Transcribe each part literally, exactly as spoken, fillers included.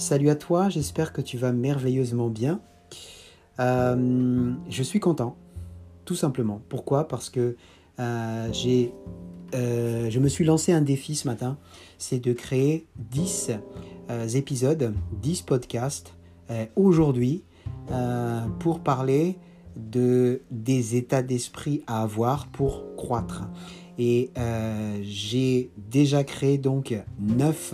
salut à toi, j'espère que tu vas merveilleusement bien. Euh, je suis content, tout simplement. Pourquoi ? Parce que euh, j'ai, euh, je me suis lancé un défi ce matin, c'est de créer dix euh, épisodes, dix podcasts euh, aujourd'hui euh, pour parler de, des états d'esprit à avoir pour croître. Et euh, j'ai déjà créé donc neuf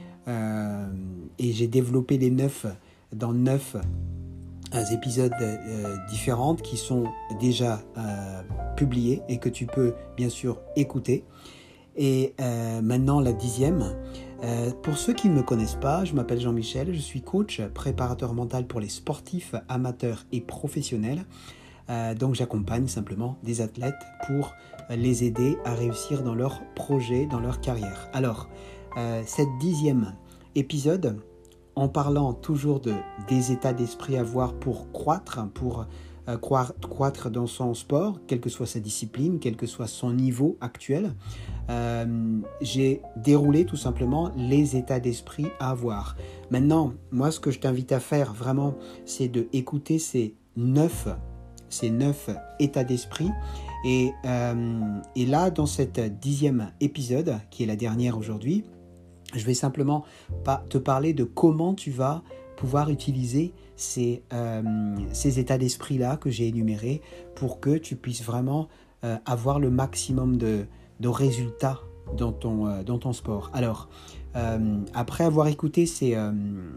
Euh, et j'ai développé les neuf dans neuf euh, épisodes euh, différents qui sont déjà euh, publiés et que tu peux bien sûr écouter. Et euh, maintenant la dixième. Euh, pour ceux qui ne me connaissent pas, je m'appelle Jean-Michel, je suis coach, préparateur mental pour les sportifs, amateurs et professionnels. Euh, donc j'accompagne simplement des athlètes pour les aider à réussir dans leurs projets, dans leur carrière. Alors, euh, cette dixième épisode, en parlant toujours de, des états d'esprit à avoir pour croître, pour euh, croître dans son sport, quelle que soit sa discipline, quel que soit son niveau actuel, euh, j'ai déroulé tout simplement les états d'esprit à avoir. Maintenant, moi ce que je t'invite à faire vraiment, c'est d'écouter ces neuf ces neuf états d'esprit. Et, euh, et là, dans cet dixième épisode, qui est la dernière aujourd'hui, je vais simplement pas te parler de comment tu vas pouvoir utiliser ces, euh, ces états d'esprit-là que j'ai énumérés pour que tu puisses vraiment euh, avoir le maximum de, de résultats dans ton, euh, dans ton sport. Alors, euh, après avoir écouté ces, euh,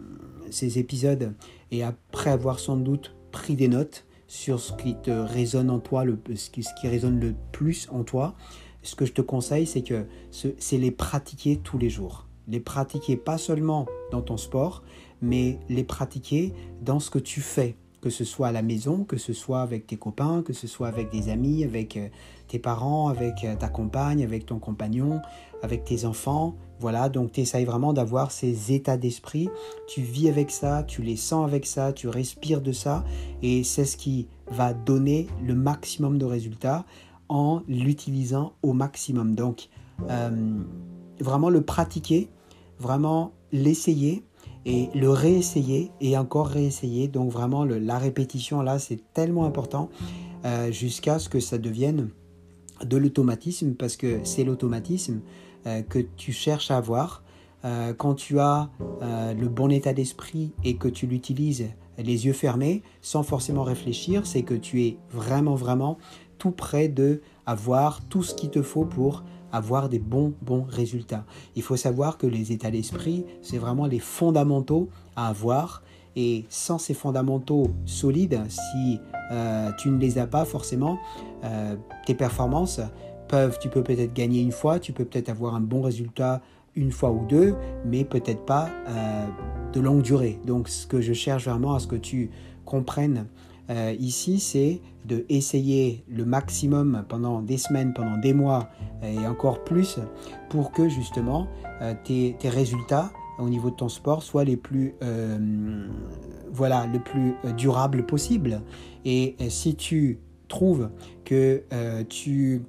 ces épisodes et après avoir sans doute pris des notes sur ce qui te résonne en toi, le, ce, qui, ce qui résonne le plus en toi, ce que je te conseille, c'est que ce, c'est les pratiquer tous les jours. Les pratiquer pas seulement dans ton sport, mais les pratiquer dans ce que tu fais, que ce soit à la maison, que ce soit avec tes copains, que ce soit avec des amis, avec euh, tes parents, avec euh, ta compagne, avec ton compagnon, avec tes enfants. Voilà, donc tu essayes vraiment d'avoir ces états d'esprit. Tu vis avec ça, tu les sens avec ça, tu respires de ça. Et c'est ce qui va donner le maximum de résultats en l'utilisant au maximum. Donc, euh, vraiment le pratiquer, vraiment l'essayer et le réessayer et encore réessayer. Donc vraiment le, la répétition là, c'est tellement important euh, jusqu'à ce que ça devienne de l'automatisme, parce que c'est l'automatisme euh, que tu cherches à avoir. Euh, quand tu as euh, le bon état d'esprit et que tu l'utilises les yeux fermés, sans forcément réfléchir, c'est que tu es vraiment, vraiment tout près d'avoir tout ce qu'il te faut pour avoir des bons, bons résultats. Il faut savoir que les états d'esprit, c'est vraiment les fondamentaux à avoir. Et sans ces fondamentaux solides, si euh, tu ne les as pas forcément, euh, tes performances peuvent, tu peux peut-être gagner une fois, tu peux peut-être avoir un bon résultat une fois ou deux, mais peut-être pas euh, de longue durée. Donc ce que je cherche vraiment à ce que tu comprennes euh, ici, c'est d'essayer le maximum pendant des semaines, pendant des mois et encore plus pour que justement euh, tes, tes résultats au niveau de ton sport soient les plus, euh, voilà, le plus durable possible. Et euh, si tu trouves que euh, tu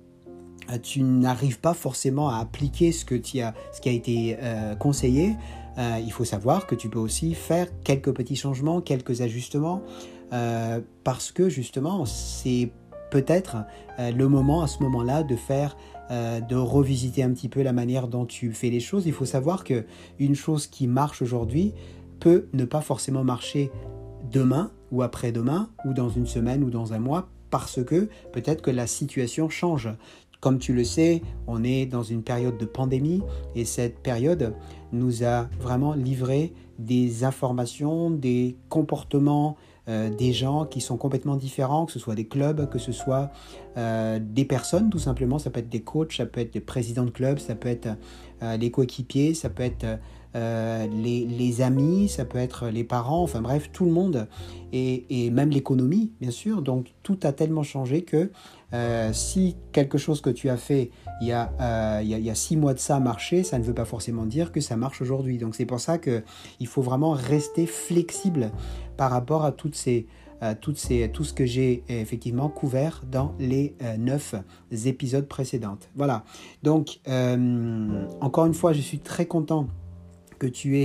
tu n'arrives pas forcément à appliquer ce, que tu as, ce qui a été euh, conseillé, euh, il faut savoir que tu peux aussi faire quelques petits changements, quelques ajustements, euh, parce que justement, c'est peut-être euh, le moment à ce moment-là de faire, euh, de revisiter un petit peu la manière dont tu fais les choses. Il faut savoir qu'une chose qui marche aujourd'hui peut ne pas forcément marcher demain ou après-demain ou dans une semaine ou dans un mois, parce que peut-être que la situation change. Comme tu le sais, on est dans une période de pandémie et cette période nous a vraiment livré des informations, des comportements euh, des gens qui sont complètement différents, que ce soit des clubs, que ce soit euh, des personnes tout simplement. Ça peut être des coachs, ça peut être des présidents de clubs, ça peut être euh, les coéquipiers, ça peut être euh, les, les amis, ça peut être les parents, enfin bref, tout le monde et, et même l'économie bien sûr. Donc tout a tellement changé que Euh, si quelque chose que tu as fait il y a, euh, il y a, il y a six mois de ça a marché, ça ne veut pas forcément dire que ça marche aujourd'hui. Donc c'est pour ça qu'il faut vraiment rester flexible par rapport à toutes ces, euh, toutes ces, tout ce que j'ai effectivement couvert dans les euh, neuf épisodes précédents. Voilà, donc euh, encore une fois, je suis très content que tu aies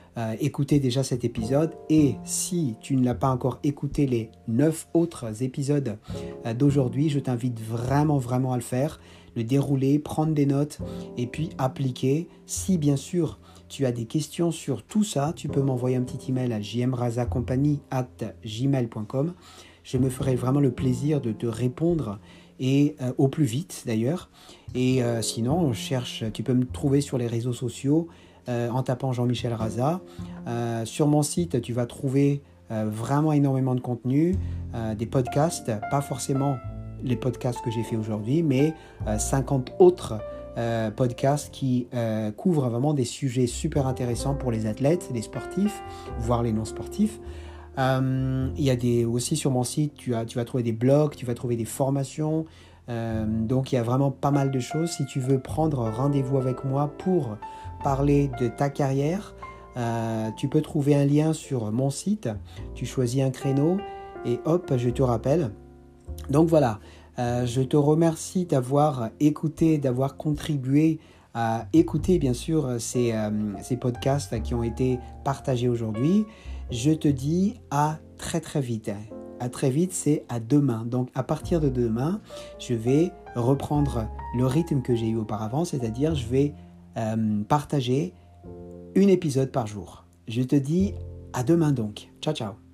euh, écouter déjà cet épisode. Et si tu ne l'as pas encore écouté les neuf autres épisodes euh, d'aujourd'hui, je t'invite vraiment, vraiment à le faire, le dérouler, prendre des notes et puis appliquer. Si bien sûr tu as des questions sur tout ça, tu peux m'envoyer un petit email à jmrazacompagnie arobase gmail point com. Je me ferai vraiment le plaisir de te répondre et euh, au plus vite d'ailleurs. Et euh, sinon, cherche, tu peux me trouver sur les réseaux sociaux euh, en tapant Jean-Michel Raza. Euh, sur mon site, tu vas trouver euh, vraiment énormément de contenu, euh, des podcasts, pas forcément les podcasts que j'ai fait aujourd'hui, mais euh, cinquante autres euh, podcasts qui euh, couvrent vraiment des sujets super intéressants pour les athlètes, les sportifs, voire les non-sportifs. Euh, il y a des, aussi sur mon site, tu, as, tu vas trouver des blogs, tu vas trouver des formations. Euh, donc il y a vraiment pas mal de choses. Si tu veux prendre rendez-vous avec moi pour parler de ta carrière, euh, tu peux trouver un lien sur mon site. Tu choisis un créneau et hop, je te rappelle. Donc voilà, euh, je te remercie d'avoir écouté, d'avoir contribué à écouter bien sûr ces, euh, ces podcasts qui ont été partagés aujourd'hui. Je te dis à très très vite. À très vite, c'est à demain. Donc à partir de demain, je vais reprendre le rythme que j'ai eu auparavant, c'est-à-dire je vais euh, partager un épisode par jour. Je te dis à demain donc. Ciao ciao.